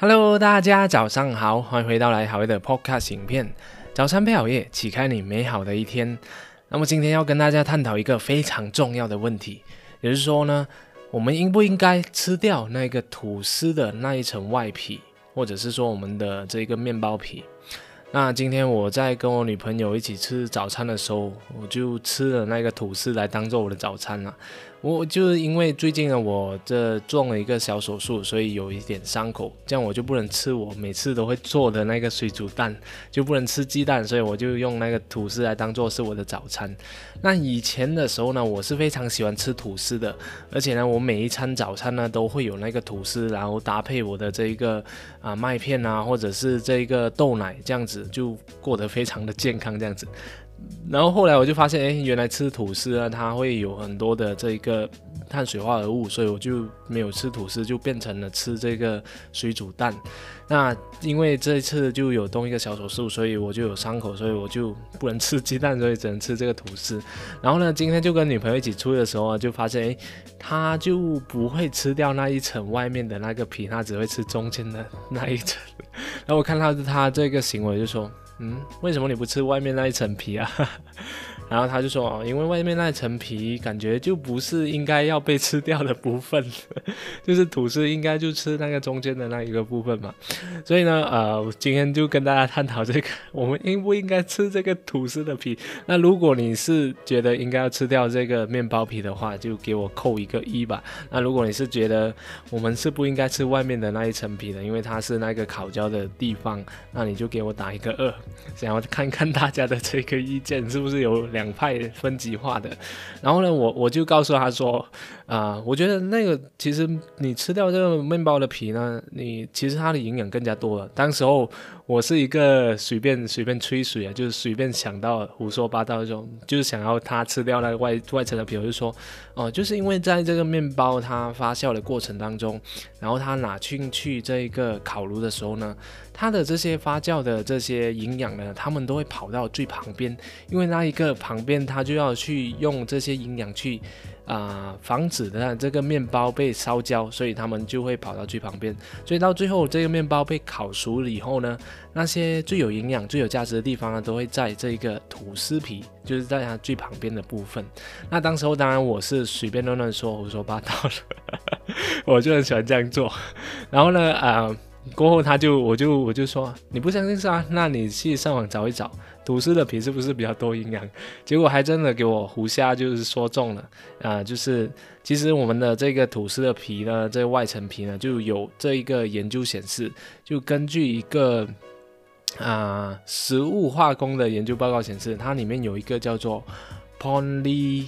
Hello， 大家早上好，欢迎回到来好业的 Podcast 影片。早餐配好业，启开你美好的一天。那么今天要跟大家探讨一个非常重要的问题，也就是说呢，我们应不应该吃掉那个吐司的那一层外皮，或者是说我们的这个面包皮。那今天我在跟我女朋友一起吃早餐的时候，我就吃了那个吐司来当做我的早餐了。我就是因为最近呢，我这做了一个小手术，所以有一点伤口，这样我就不能吃我每次都会做的那个水煮蛋，就不能吃鸡蛋，所以我就用那个吐司来当做是我的早餐。那以前的时候呢，我是非常喜欢吃吐司的，而且呢，我每一餐早餐呢都会有那个吐司，然后搭配我的这一个麦片啊，或者是这一个豆奶，这样子就过得非常的健康这样子。然后后来我就发现，原来吃吐司呢，它会有很多的这个碳水化合物，所以我就没有吃吐司，就变成了吃这个水煮蛋。那因为这一次就有动一个小手术，所以我就有伤口，所以我就不能吃鸡蛋，所以只能吃这个吐司。然后呢，今天就跟女朋友一起出的时候就发现，她就不会吃掉那一层外面的那个皮，她只会吃中间的那一层。然后我看到她这个行为就说，为什么你不吃外面那一层皮啊？然后他就说，因为外面那一层皮感觉就不是应该要被吃掉的部分，就是吐司应该就吃那个中间的那一个部分嘛。所以呢，今天就跟大家探讨这个，我们应不应该吃这个吐司的皮？那如果你是觉得应该要吃掉这个面包皮的话，就给我扣一个1吧。那如果你是觉得我们是不应该吃外面的那一层皮的，因为它是那个烤焦的地方，那你就给我打一个2，想要看看大家的这个意见是不是有两派分极化的。然后呢，我就告诉他说，我觉得那个其实你吃掉这个面包的皮呢，你其实它的营养更加多了。当时候我是一个随便吹水啊，就是随便想到胡说八道这种，就是想要他吃掉那个外层的皮。我就说，就是因为在这个面包它发酵的过程当中，然后它拿进去这一个烤炉的时候呢，它的这些发酵的这些营养呢，它们都会跑到最旁边，因为那一个旁边它就要去用这些营养去防止的这个面包被烧焦，所以他们就会跑到最旁边。所以到最后这个面包被烤熟了以后呢，那些最有营养最有价值的地方呢，都会在这个吐司皮，就是在它最旁边的部分。那当时候当然我是随便乱说胡说八道的我就很喜欢这样做。然后呢过后我就说，你不相信是啊，那你去上网找一找吐司的皮是不是比较多营养。结果还真的给我胡瞎就是说中了就是其实我们的这个吐司的皮呢，这个外层皮呢，就有这一个研究显示，就根据一个食物化工的研究报告显示，它里面有一个叫做 polylysin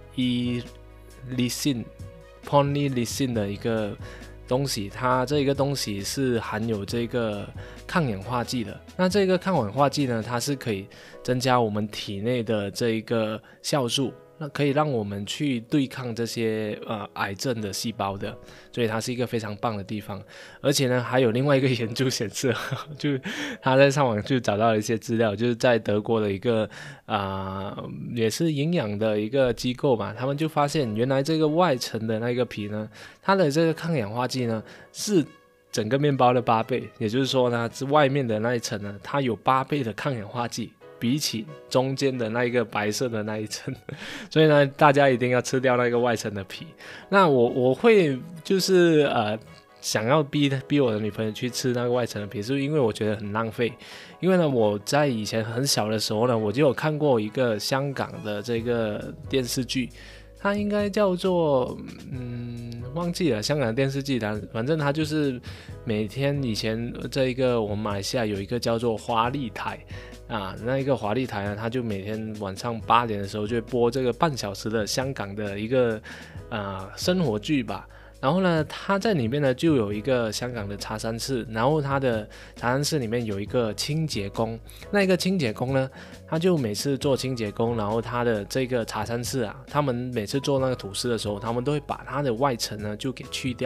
的一个东西，它这个东西是含有这个抗氧化剂的。那这个抗氧化剂呢，它是可以增加我们体内的这一个酵素，那可以让我们去对抗这些癌症的细胞的，所以它是一个非常棒的地方。而且呢，还有另外一个研究显示，就他在上网就找到了一些资料，就是在德国的一个也是营养的一个机构吧，他们就发现原来这个外层的那个皮呢，它的这个抗氧化剂呢是整个面包的8倍，也就是说呢，外面的那一层呢，它有8倍的抗氧化剂，比起中间的那一个白色的那一层。所以呢，大家一定要吃掉那个外层的皮。那我会就是想要逼我的女朋友去吃那个外层的皮，是因为我觉得很浪费。因为呢，我在以前很小的时候呢，我就有看过一个香港的这个电视剧，它应该叫做忘记了香港的电视剧，反正它就是每天以前这一个我们马来西亚有一个叫做华丽台那一个华丽台呢，它就每天晚上8点的时候就会播这个半小时的香港的一个生活剧吧。然后呢，它在里面呢就有一个香港的茶餐室，然后它的茶餐室里面有一个清洁工，那一个清洁工呢，他就每次做清洁工，然后他的这个茶餐室他们每次做那个吐司的时候，他们都会把它的外层呢就给去掉，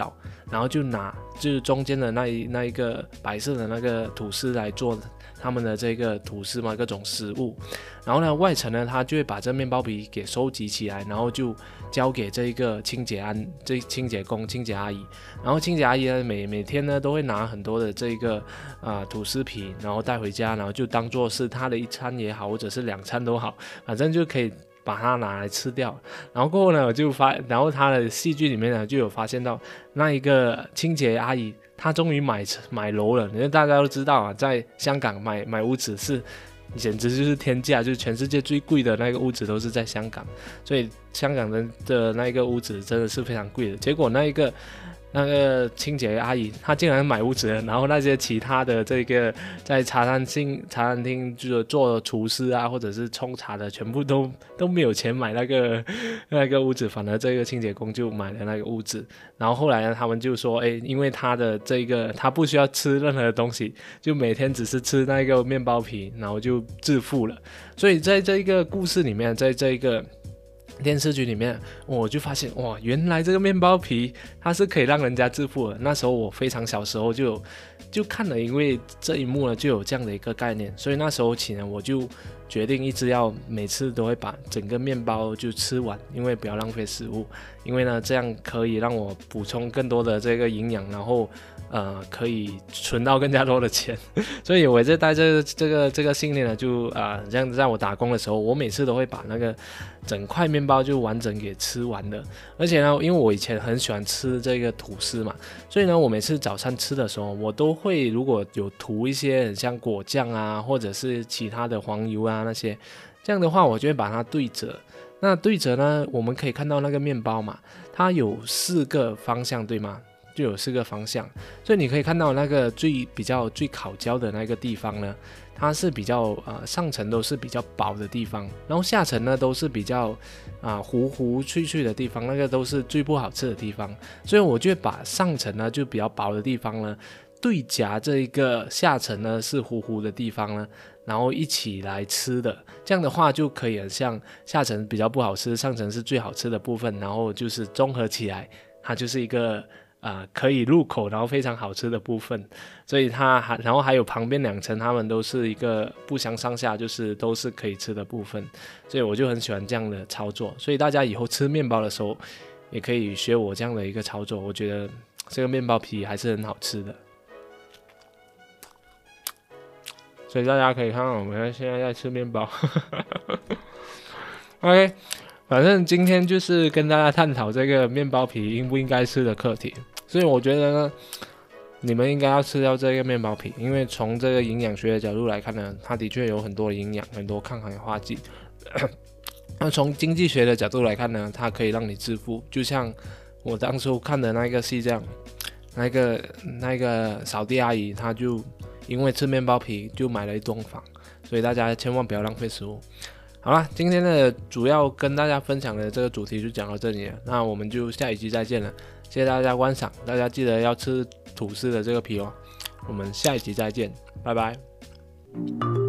然后就是中间的那一个白色的那个吐司来做他们的这个吐司嘛，各种食物。然后呢，外层呢，他就会把这面包皮给收集起来，然后就交给这一个清洁工、清洁阿姨。然后清洁阿姨呢，每天呢都会拿很多的这个吐司皮，然后带回家，然后就当做是他的一餐也好，或者是2餐都好，反正就可以把它拿来吃掉。然后过后呢，然后他的戏剧里面呢就有发现到那一个清洁阿姨，她终于买楼了。因为大家都知道啊，在香港买屋子是简直就是天价，就是全世界最贵的那个屋子都是在香港，所以香港的那个屋子真的是非常贵的。结果那个清洁阿姨她竟然买屋子了，然后那些其他的这个在茶餐厅就是做厨师啊，或者是冲茶的，全部都没有钱买那个屋子，反而这个清洁工就买了那个屋子。然后后来呢，他们就说，因为他不需要吃任何的东西，就每天只是吃那个面包皮，然后就致富了。所以在这一个故事里面，在这一个电视剧里面，我就发现哇，原来这个面包皮它是可以让人家致富的。那时候我非常小时候就看了，因为这一幕呢就有这样的一个概念，所以那时候起呢我就决定一直要每次都会把整个面包就吃完，因为不要浪费食物，因为呢这样可以让我补充更多的这个营养，然后可以存到更加多的钱。所以我在带这个信念呢，就这样子，在我打工的时候，我每次都会把那个整块面包就完整给吃完的。而且呢，因为我以前很喜欢吃这个吐司嘛，所以呢，我每次早餐吃的时候，我都会如果有涂一些很像果酱啊，或者是其他的黄油啊那些，这样的话我就会把它对折。那对折呢，我们可以看到那个面包嘛，它有4个方向，对吗？就有4个方向，所以你可以看到那个最烤焦的那个地方呢，它是比较上层都是比较薄的地方，然后下层呢都是比较糊脆的地方，那个都是最不好吃的地方。所以我就会把上层呢就比较薄的地方呢对夹这一个下层呢是糊的地方呢，然后一起来吃的。这样的话就可以很像下层比较不好吃，上层是最好吃的部分，然后就是综合起来，它就是一个可以入口然后非常好吃的部分。所以然后还有旁边2层，它们都是一个不相上下，就是都是可以吃的部分。所以我就很喜欢这样的操作，所以大家以后吃面包的时候也可以学我这样的一个操作，我觉得这个面包皮还是很好吃的。所以大家可以看到我们现在在吃面包。OK， 反正今天就是跟大家探讨这个面包皮应不应该吃的课题。所以我觉得呢，你们应该要吃掉这个面包皮，因为从这个营养学的角度来看呢，它的确有很多营养，很多抗氧化剂。那从经济学的角度来看呢，它可以让你致富，就像我当初看的那个戏这样，那个扫地阿姨，她就因为吃面包皮就买了一栋房，所以大家千万不要浪费食物。好啦，今天的主要跟大家分享的这个主题就讲到这里了，那我们就下一集再见了，谢谢大家观赏，大家记得要吃吐司的这个皮哦，我们下一集再见，拜拜。